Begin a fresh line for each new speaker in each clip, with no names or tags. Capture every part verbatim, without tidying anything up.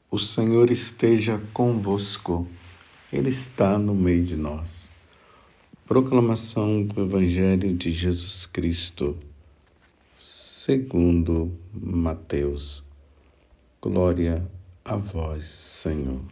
O Senhor esteja convosco, Ele está no meio de nós. Proclamação do Evangelho de Jesus Cristo, segundo Mateus. Glória a vós, Senhor.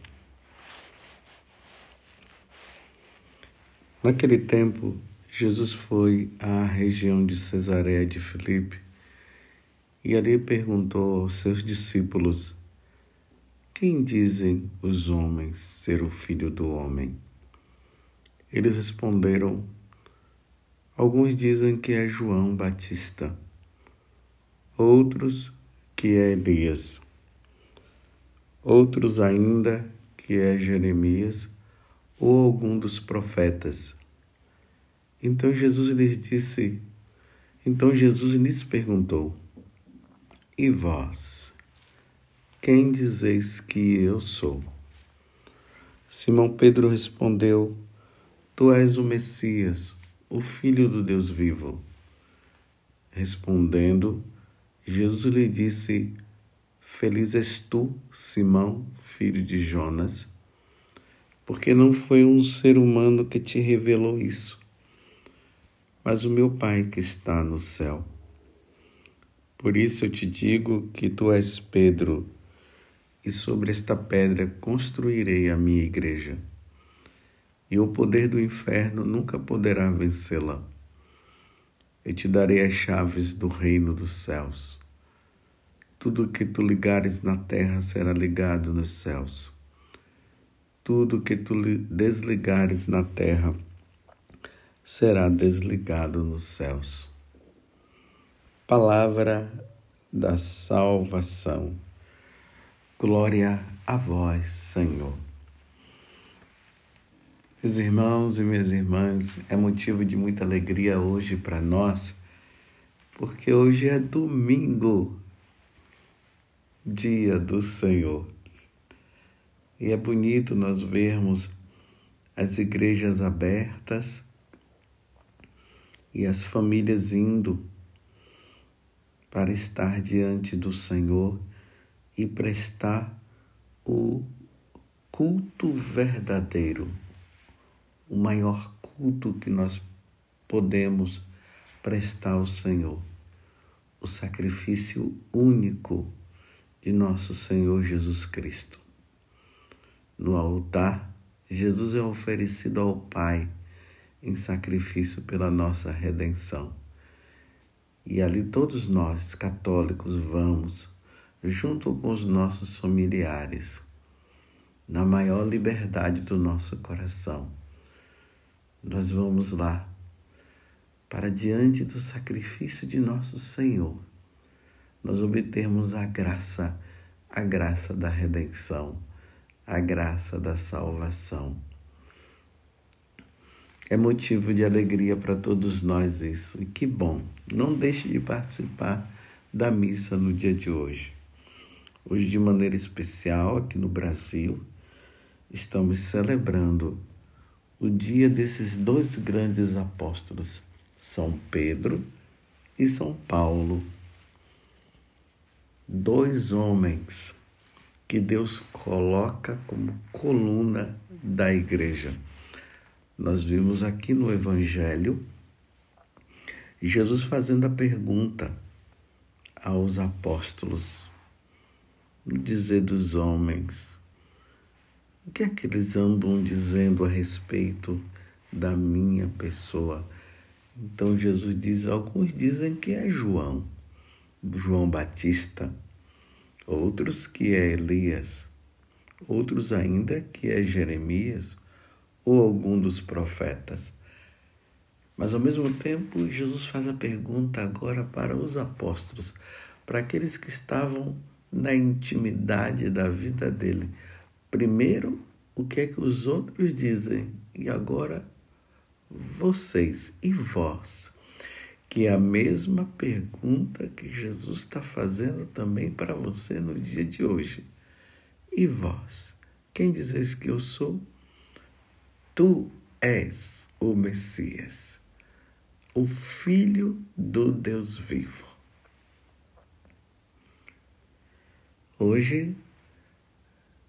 Naquele tempo, Jesus foi à região de Cesareia de Filipe e ali perguntou aos seus discípulos: quem dizem os homens ser o Filho do Homem? Eles responderam: alguns dizem que é João Batista, outros que é Elias, outros ainda que é Jeremias ou algum dos profetas. Então Jesus lhes disse, então Jesus lhes perguntou: e vós, quem dizeis que eu sou? Simão Pedro respondeu: tu és o Messias, o Filho do Deus vivo. Respondendo, Jesus lhe disse: feliz és tu, Simão, filho de Jonas, porque não foi um ser humano que te revelou isso, mas o meu Pai que está no céu. Por isso eu te digo que tu és Pedro, e sobre esta pedra construirei a minha igreja, e o poder do inferno nunca poderá vencê-la. Eu te darei as chaves do reino dos céus. Tudo que tu ligares na terra será ligado nos céus. Tudo que tu desligares na terra será desligado nos céus. Palavra da salvação. Glória a vós, Senhor. Meus irmãos e minhas irmãs, é motivo de muita alegria hoje para nós, porque hoje é domingo, dia do Senhor. E é bonito nós vermos as igrejas abertas e as famílias indo para estar diante do Senhor e prestar o culto verdadeiro, o maior culto que nós podemos prestar ao Senhor, o sacrifício único de nosso Senhor Jesus Cristo. No altar, Jesus é oferecido ao Pai em sacrifício pela nossa redenção. E ali todos nós, católicos, vamos, junto com os nossos familiares, na maior liberdade do nosso coração. Nós vamos lá, para diante do sacrifício de nosso Senhor, nós obtermos a graça, a graça da redenção, a graça da salvação. É motivo de alegria para todos nós isso, e que bom, não deixe de participar da missa no dia de hoje. Hoje, de maneira especial, aqui no Brasil, estamos celebrando o dia desses dois grandes apóstolos, São Pedro e São Paulo. Dois homens que Deus coloca como coluna da igreja. Nós vimos aqui no Evangelho Jesus fazendo a pergunta aos apóstolos, no dizer dos homens, o que é que eles andam dizendo a respeito da minha pessoa? Então Jesus diz, alguns dizem que é João, João Batista, outros que é Elias, outros ainda que é Jeremias ou algum dos profetas. Mas ao mesmo tempo Jesus faz a pergunta agora para os apóstolos, para aqueles que estavam na intimidade da vida dele. Primeiro, o que é que os outros dizem? E agora, vocês e vós. Que é a mesma pergunta que Jesus está fazendo também para você no dia de hoje. E vós? Quem dizeis que eu sou? Tu és o Messias, o Filho do Deus vivo. Hoje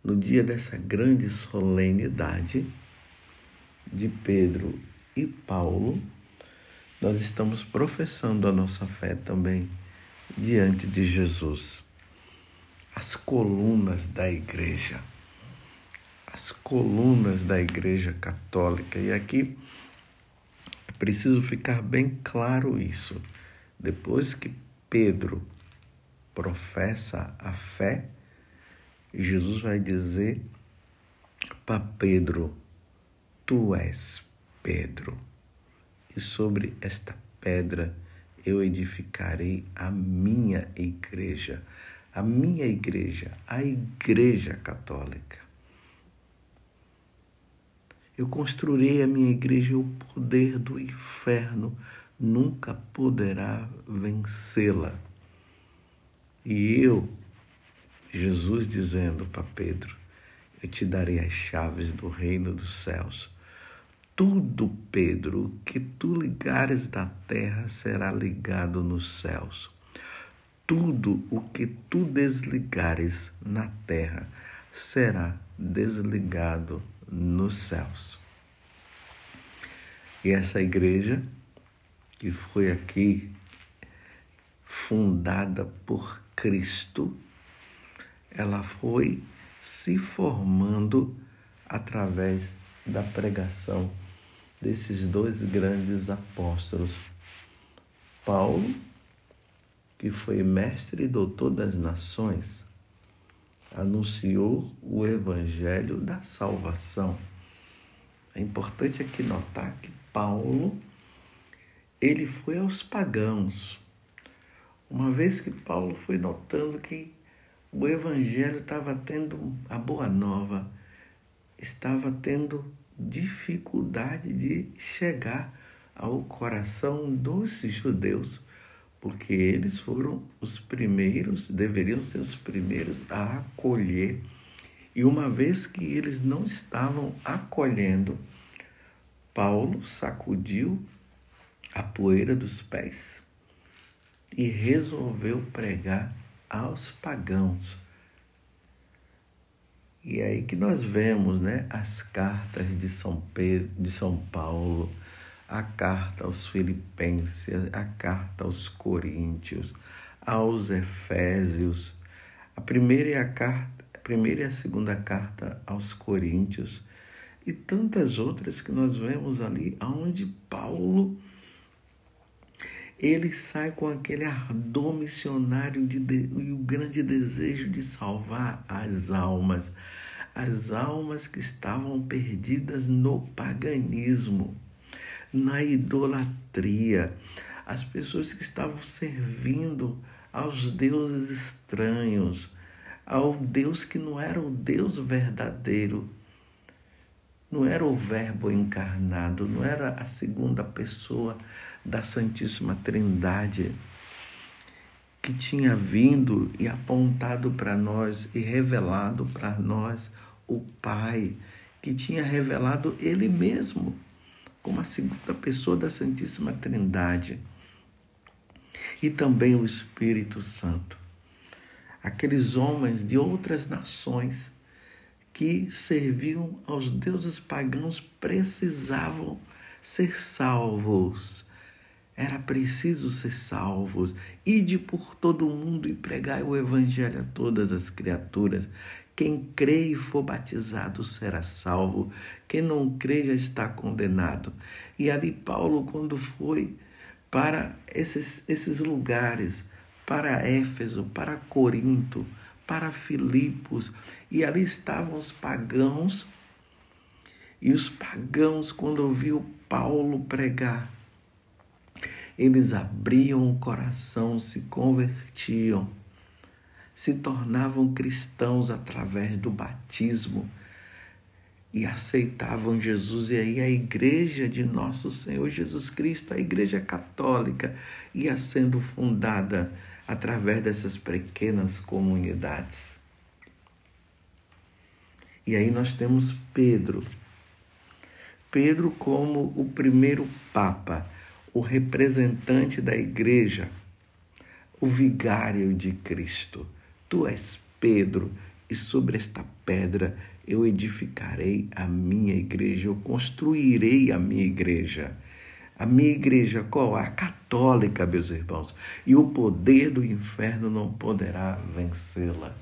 no dia dessa grande solenidade de Pedro e Paulo, nós estamos professando a nossa fé também diante de Jesus. As colunas da igreja, as colunas da igreja católica. E aqui é preciso ficar bem claro isso. Depois que Pedro professa a fé, Jesus vai dizer para Pedro: tu és Pedro, e sobre esta pedra eu edificarei a minha igreja, a minha igreja, a igreja católica. Eu construirei a minha igreja e o poder do inferno nunca poderá vencê-la. E eu, Jesus dizendo para Pedro, eu te darei as chaves do reino dos céus. Tudo, Pedro, que tu ligares na terra será ligado nos céus. Tudo o que tu desligares na terra será desligado nos céus. E essa igreja, que foi aqui fundada por Cristo, ela foi se formando através da pregação desses dois grandes apóstolos. Paulo, que foi mestre e doutor das nações, anunciou o evangelho da salvação. É importante aqui notar que Paulo, ele foi aos pagãos. Uma vez que Paulo foi notando que o evangelho estava tendo, a boa nova, estava tendo dificuldade de chegar ao coração dos judeus, porque eles foram os primeiros, deveriam ser os primeiros a acolher. E uma vez que eles não estavam acolhendo, Paulo sacudiu a poeira dos pés e resolveu pregar aos pagãos. E é aí que nós vemos, né, as cartas de São Pedro, de São Paulo, a carta aos Filipenses, a carta aos Coríntios, aos Efésios, a primeira e a, carta, a primeira e a segunda carta aos Coríntios, e tantas outras que nós vemos ali, onde Paulo, ele sai com aquele ardor missionário de, de, e o grande desejo de salvar as almas, as almas que estavam perdidas no paganismo, na idolatria, as pessoas que estavam servindo aos deuses estranhos, ao Deus que não era o Deus verdadeiro, não era o Verbo encarnado, não era a segunda pessoa da Santíssima Trindade, que tinha vindo e apontado para nós e revelado para nós o Pai, que tinha revelado Ele mesmo como a segunda pessoa da Santíssima Trindade, e também o Espírito Santo. Aqueles homens de outras nações que serviam aos deuses pagãos precisavam ser salvos. Era preciso ser salvos. Ide por todo o mundo e pregai o evangelho a todas as criaturas. Quem crê e for batizado será salvo. Quem não crê já está condenado. E ali Paulo, quando foi para esses, esses lugares, para Éfeso, para Corinto, para Filipos, e ali estavam os pagãos, e os pagãos, quando ouviam Paulo pregar, eles abriam o coração, se convertiam, se tornavam cristãos através do batismo e aceitavam Jesus. E aí a igreja de nosso Senhor Jesus Cristo, a igreja católica, ia sendo fundada através dessas pequenas comunidades. E aí nós temos Pedro. Pedro como o primeiro Papa, o representante da igreja, o vigário de Cristo. Tu és Pedro, e sobre esta pedra eu edificarei a minha igreja, eu construirei a minha igreja. A minha igreja qual? A católica, meus irmãos. E o poder do inferno não poderá vencê-la.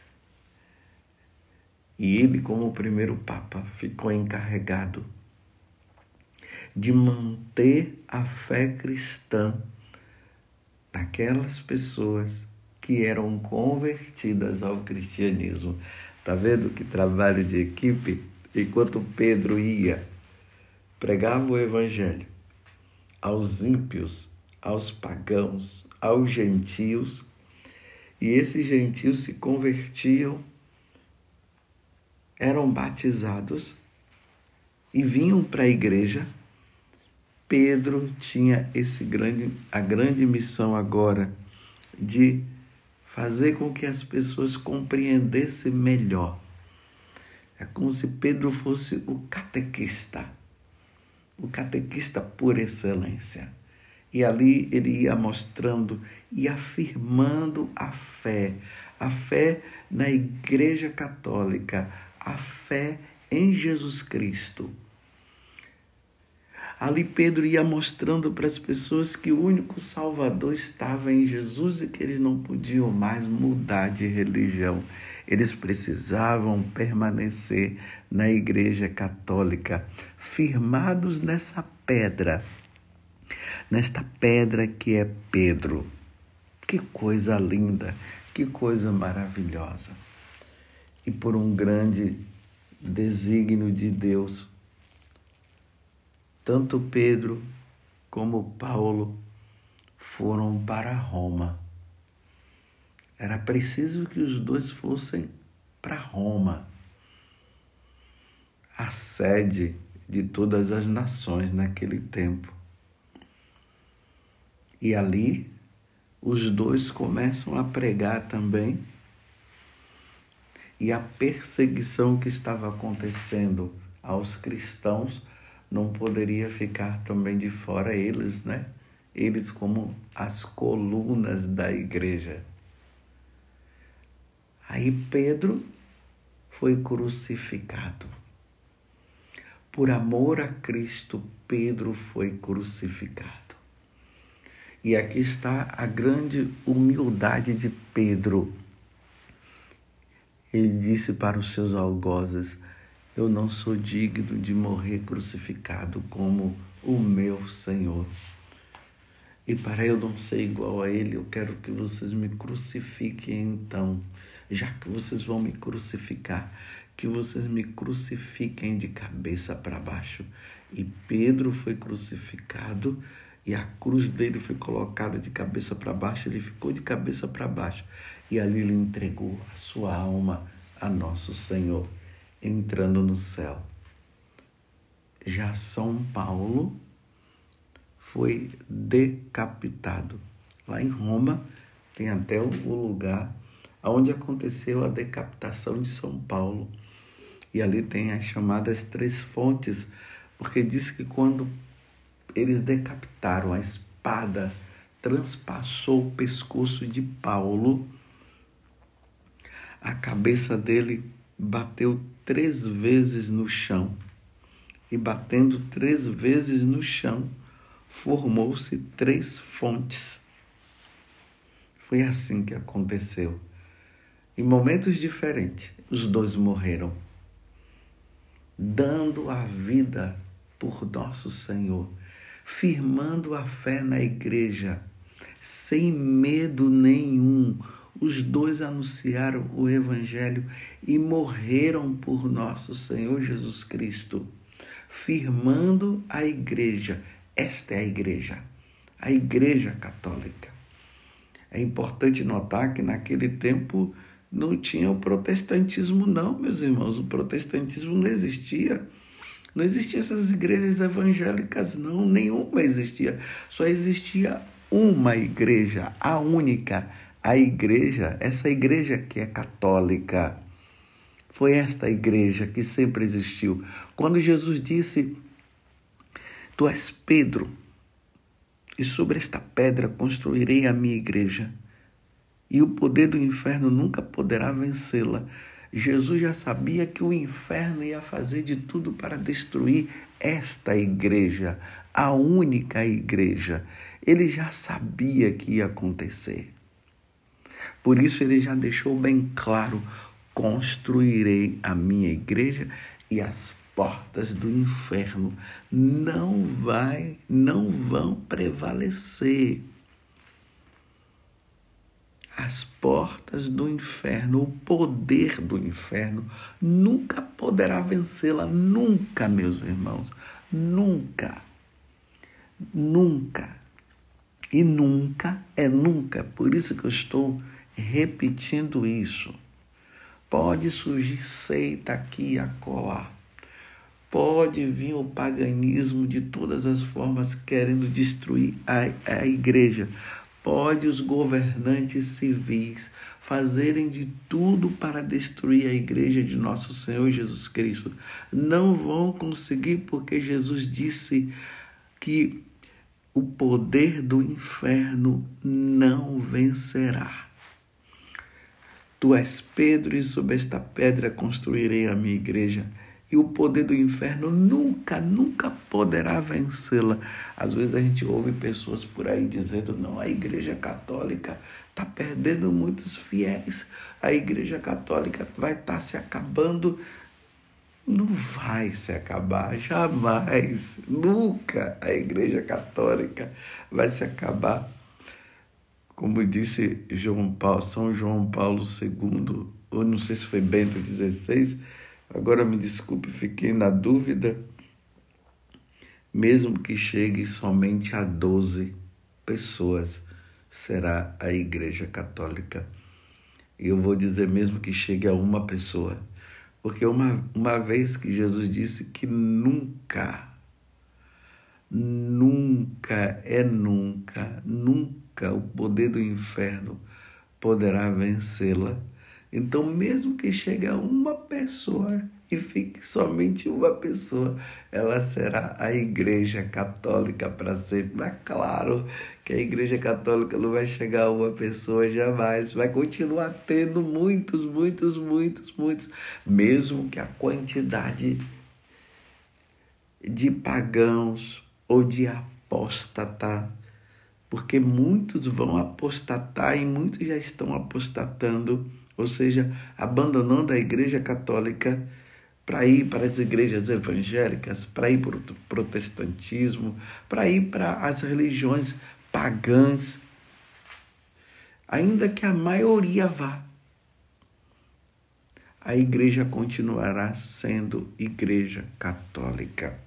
E ele, como primeiro Papa, ficou encarregado de manter a fé cristã daquelas pessoas que eram convertidas ao cristianismo. Está vendo que trabalho de equipe? Enquanto Pedro ia, pregava o evangelho aos ímpios, aos pagãos, aos gentios, e esses gentios se convertiam, eram batizados e vinham para a igreja. Pedro tinha esse grande, a grande missão agora de fazer com que as pessoas compreendessem melhor. É como se Pedro fosse o catequista, o catequista por excelência. E ali ele ia mostrando e afirmando a fé, a fé na Igreja Católica, a fé em Jesus Cristo. Ali Pedro ia mostrando para as pessoas que o único Salvador estava em Jesus e que eles não podiam mais mudar de religião. Eles precisavam permanecer na Igreja Católica, firmados nessa pedra, nesta pedra que é Pedro. Que coisa linda, que coisa maravilhosa. E por um grande desígnio de Deus, tanto Pedro como Paulo foram para Roma. Era preciso que os dois fossem para Roma, a sede de todas as nações naquele tempo. E ali os dois começam a pregar também, e a perseguição que estava acontecendo aos cristãos não poderia ficar também de fora eles, né? Eles como as colunas da igreja. Aí Pedro foi crucificado. Por amor a Cristo, Pedro foi crucificado. E aqui está a grande humildade de Pedro. Ele disse para os seus algozes: eu não sou digno de morrer crucificado como o meu Senhor. E para eu não ser igual a ele, eu quero que vocês me crucifiquem então. Já que vocês vão me crucificar, que vocês me crucifiquem de cabeça para baixo. E Pedro foi crucificado e a cruz dele foi colocada de cabeça para baixo. Ele ficou de cabeça para baixo. E ali ele entregou a sua alma a nosso Senhor, entrando no céu. Já São Paulo foi decapitado. Lá em Roma tem até o lugar onde aconteceu a decapitação de São Paulo. E ali tem as chamadas três fontes, porque diz que quando eles decapitaram, a espada transpassou o pescoço de Paulo, a cabeça dele bateu três vezes no chão. E batendo três vezes no chão, formou-se três fontes. Foi assim que aconteceu. Em momentos diferentes, os dois morreram, dando a vida por nosso Senhor, firmando a fé na igreja, sem medo nenhum. Os dois anunciaram o evangelho e morreram por nosso Senhor Jesus Cristo, firmando a igreja. Esta é a igreja, a igreja católica. É importante notar que naquele tempo não tinha o protestantismo não, meus irmãos. O protestantismo não existia. Não existiam essas igrejas evangélicas não, nenhuma existia. Só existia uma igreja, a única, a igreja, essa igreja que é católica. Foi esta igreja que sempre existiu. Quando Jesus disse: tu és Pedro, e sobre esta pedra construirei a minha igreja, e o poder do inferno nunca poderá vencê-la. Jesus já sabia que o inferno ia fazer de tudo para destruir esta igreja, a única igreja. Ele já sabia que ia acontecer. Por isso ele já deixou bem claro: construirei a minha igreja e as portas do inferno não vai, não vão prevalecer. As portas do inferno, o poder do inferno nunca poderá vencê-la, nunca, meus irmãos, nunca, nunca, e nunca é nunca. Por isso que eu estou repetindo isso. Pode surgir seita aqui e acolá, pode vir o paganismo de todas as formas querendo destruir a, a igreja, pode os governantes civis fazerem de tudo para destruir a igreja de nosso Senhor Jesus Cristo. Não vão conseguir, porque Jesus disse que o poder do inferno não vencerá. Tu és Pedro, e sobre esta pedra construirei a minha igreja, e o poder do inferno nunca, nunca poderá vencê-la. Às vezes a gente ouve pessoas por aí dizendo: não, a igreja católica está perdendo muitos fiéis, a igreja católica vai estar se acabando. Não vai se acabar, jamais, nunca a igreja católica vai se acabar. Como disse João Paulo, São João Paulo segundo, ou não sei se foi Bento dezesseis, agora me desculpe, fiquei na dúvida. Mesmo que chegue somente a doze pessoas, será a igreja católica. E eu vou dizer mesmo que chegue a uma pessoa, porque uma, uma vez que Jesus disse que nunca, nunca é nunca, nunca o poder do inferno poderá vencê-la. Então, mesmo que chegue a uma pessoa e fique somente uma pessoa, ela será a igreja católica para sempre. Mas claro que a igreja católica não vai chegar a uma pessoa jamais, vai continuar tendo muitos, muitos, muitos, muitos, mesmo que a quantidade de pagãos ou de apóstata, porque muitos vão apostatar e muitos já estão apostatando, ou seja, abandonando a igreja católica para ir para as igrejas evangélicas, para ir para o protestantismo, para ir para as religiões pagãs, ainda que a maioria vá. A igreja continuará sendo igreja católica,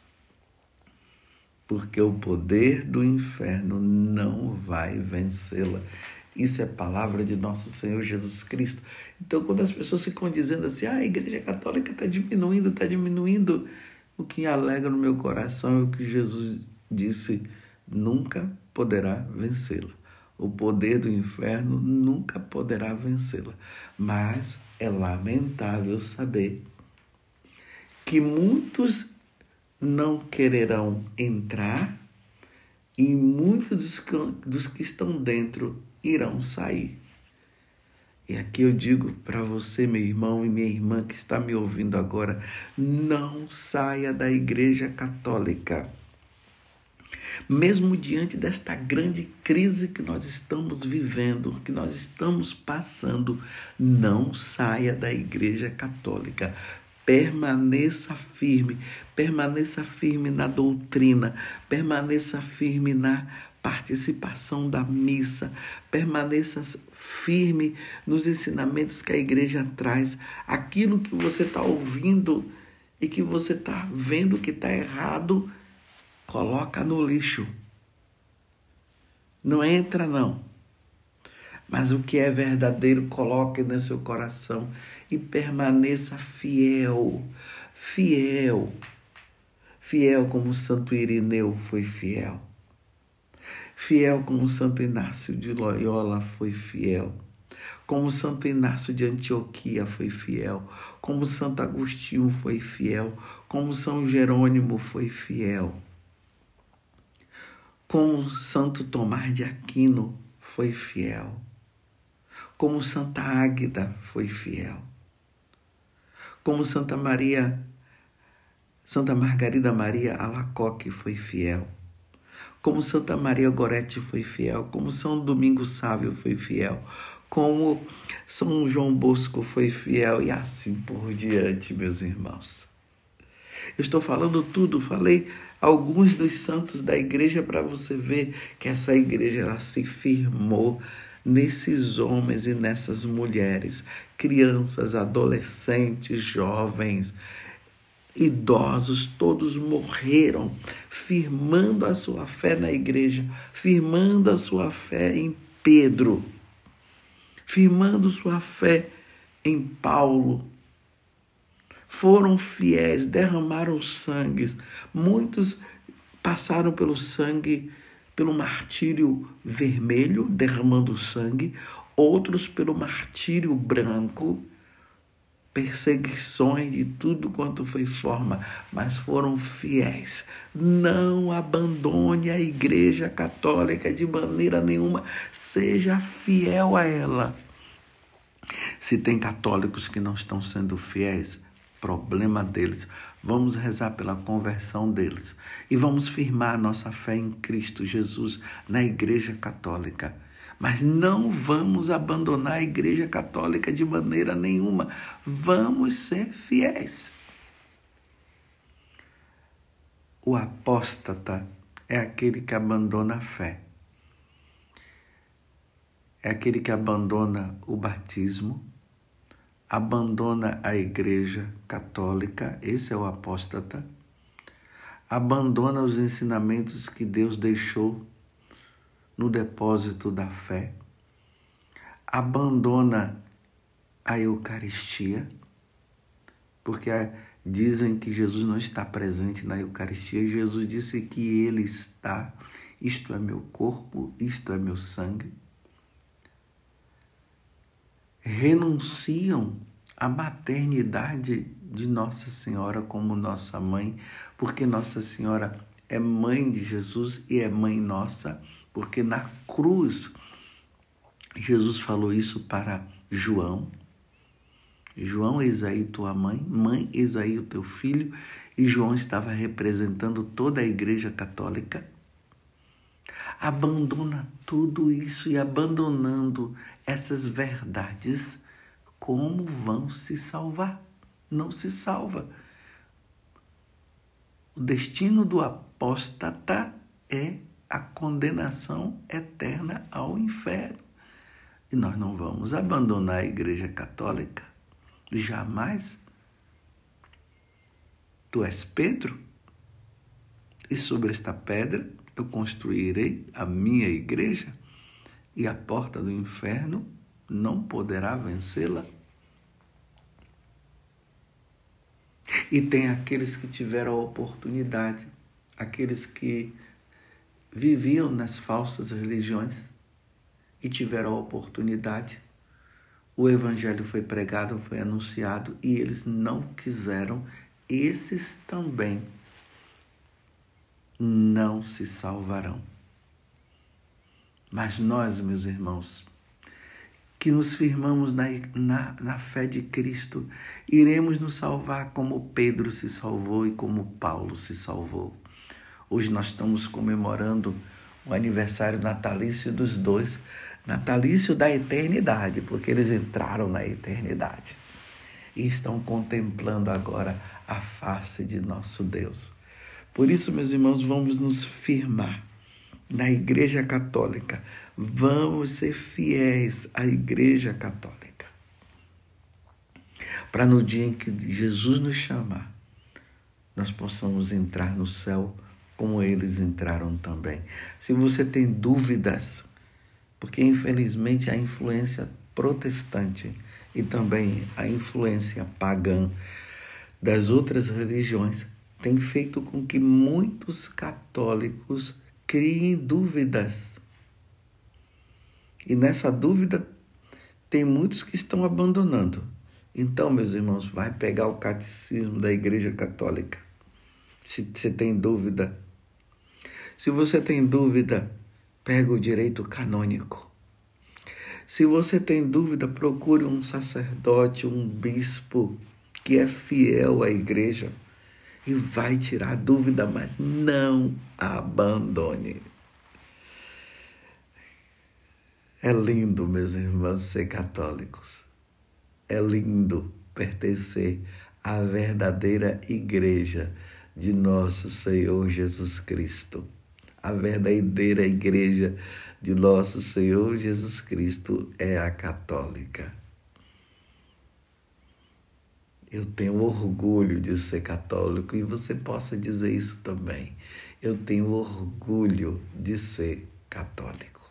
porque o poder do inferno não vai vencê-la. Isso é palavra de nosso Senhor Jesus Cristo. Então, quando as pessoas ficam dizendo assim: ah, a igreja católica está diminuindo, está diminuindo, o que alegra no meu coração é o que Jesus disse: nunca poderá vencê-la. O poder do inferno nunca poderá vencê-la. Mas é lamentável saber que muitos não quererão entrar e muitos dos que, dos que estão dentro irão sair. E aqui eu digo para você, meu irmão e minha irmã que está me ouvindo agora: não saia da igreja católica. Mesmo diante desta grande crise que nós estamos vivendo, que nós estamos passando, não saia da igreja católica. Permaneça firme, permaneça firme na doutrina, permaneça firme na participação da missa, permaneça firme nos ensinamentos que a igreja traz. Aquilo que você está ouvindo e que você está vendo que está errado, coloca no lixo. Não entra, não. Mas o que é verdadeiro, coloque no seu coração e permaneça fiel, fiel, fiel como Santo Irineu foi fiel, fiel como Santo Inácio de Loyola foi fiel, como Santo Inácio de Antioquia foi fiel, como Santo Agostinho foi fiel, como São Jerônimo foi fiel, como Santo Tomás de Aquino foi fiel, como Santa Águeda foi fiel. como Santa Maria, Santa Margarida Maria Alacoque foi fiel, como Santa Maria Gorete foi fiel, como São Domingos Sávio foi fiel, como São João Bosco foi fiel e assim por diante, meus irmãos. Eu estou falando tudo, falei alguns dos santos da igreja para você ver que essa igreja ela se firmou nesses homens e nessas mulheres, crianças, adolescentes, jovens, idosos, todos morreram firmando a sua fé na igreja, firmando a sua fé em Pedro, firmando sua fé em Paulo. Foram fiéis, derramaram sangue. Muitos passaram pelo sangue, pelo martírio vermelho, derramando sangue. Outros pelo martírio branco, perseguições de tudo quanto foi forma, mas foram fiéis. Não abandone a Igreja Católica de maneira nenhuma. Seja fiel a ela. Se tem católicos que não estão sendo fiéis, problema deles. Vamos rezar pela conversão deles e vamos firmar nossa fé em Cristo Jesus na Igreja Católica. Mas não vamos abandonar a Igreja Católica de maneira nenhuma. Vamos ser fiéis. O apóstata é aquele que abandona a fé. É aquele que abandona o batismo, abandona a Igreja Católica, esse é o apóstata, abandona os ensinamentos que Deus deixou no depósito da fé, abandona a Eucaristia, porque dizem que Jesus não está presente na Eucaristia. Jesus disse que ele está, isto é meu corpo, isto é meu sangue. Renunciam à maternidade de Nossa Senhora como nossa mãe, porque Nossa Senhora é mãe de Jesus e é mãe nossa, porque na cruz Jesus falou isso para João. João, eis aí tua mãe, mãe, eis aí o teu filho, e João estava representando toda a Igreja Católica. Abandona tudo isso e abandonando essas verdades, como vão se salvar? Não se salva. O destino do apóstata é a condenação eterna ao inferno. E nós não vamos abandonar a Igreja Católica. Jamais. Tu és Pedro, e sobre esta pedra eu construirei a minha igreja, e a porta do inferno não poderá vencê-la. E tem aqueles que tiveram a oportunidade, aqueles que viviam nas falsas religiões e tiveram a oportunidade. O evangelho foi pregado, foi anunciado e eles não quiseram. Esses também não se salvarão. Mas nós, meus irmãos, que nos firmamos na, na, na fé de Cristo, iremos nos salvar como Pedro se salvou e como Paulo se salvou. Hoje nós estamos comemorando o aniversário natalício dos dois, natalício da eternidade, porque eles entraram na eternidade e estão contemplando agora a face de nosso Deus. Por isso, meus irmãos, vamos nos firmar na Igreja Católica. Vamos ser fiéis à Igreja Católica. Para no dia em que Jesus nos chamar, nós possamos entrar no céu como eles entraram também. Se você tem dúvidas, porque infelizmente a influência protestante e também a influência pagã das outras religiões tem feito com que muitos católicos criem dúvidas. E nessa dúvida tem muitos que estão abandonando. Então, meus irmãos, vai pegar o catecismo da Igreja Católica. Se você tem dúvida, se você tem dúvida, pega o direito canônico. Se você tem dúvida, procure um sacerdote, um bispo, que é fiel à igreja e vai tirar dúvida, mas não abandone. É lindo, meus irmãos, ser católicos. É lindo pertencer à verdadeira igreja de nosso Senhor Jesus Cristo. A verdadeira igreja de nosso Senhor Jesus Cristo é a católica. Eu tenho orgulho de ser católico e você possa dizer isso também. Eu tenho orgulho de ser católico.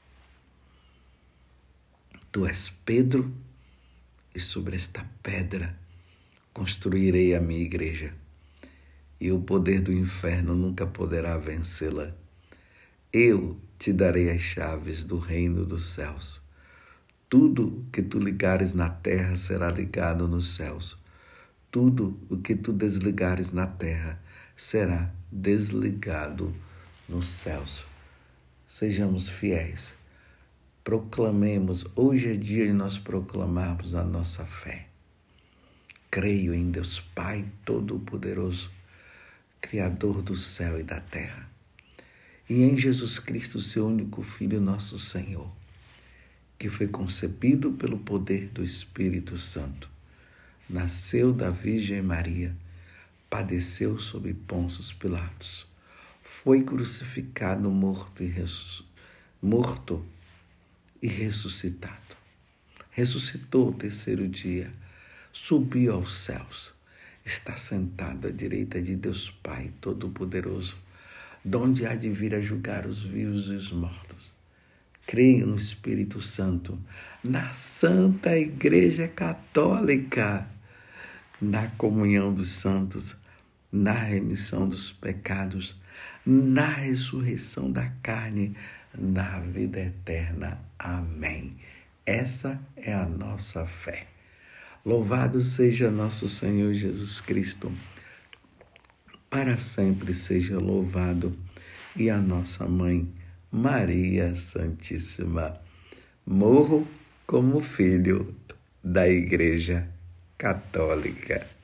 Tu és Pedro e sobre esta pedra construirei a minha igreja e o poder do inferno nunca poderá vencê-la. Eu te darei as chaves do reino dos céus. Tudo que tu ligares na terra será ligado nos céus. Tudo o que tu desligares na terra será desligado nos céus. Sejamos fiéis. Proclamemos, hoje é dia de nós proclamarmos a nossa fé. Creio em Deus Pai Todo-Poderoso, Criador do céu e da terra, e em Jesus Cristo, seu único Filho, nosso Senhor, que foi concebido pelo poder do Espírito Santo, nasceu da Virgem Maria, padeceu sob Pôncio Pilatos, foi crucificado, morto e, ressu- morto e ressuscitado. Ressuscitou ao terceiro dia, subiu aos céus, está sentado à direita de Deus Pai Todo-Poderoso, donde há de vir a julgar os vivos e os mortos. Creio no Espírito Santo, na Santa Igreja Católica, na comunhão dos santos, na remissão dos pecados, na ressurreição da carne, na vida eterna. Amém. Essa é a nossa fé. Louvado seja nosso Senhor Jesus Cristo. Para sempre seja louvado. E a nossa mãe, Maria Santíssima. Morro como filho da Igreja Católica.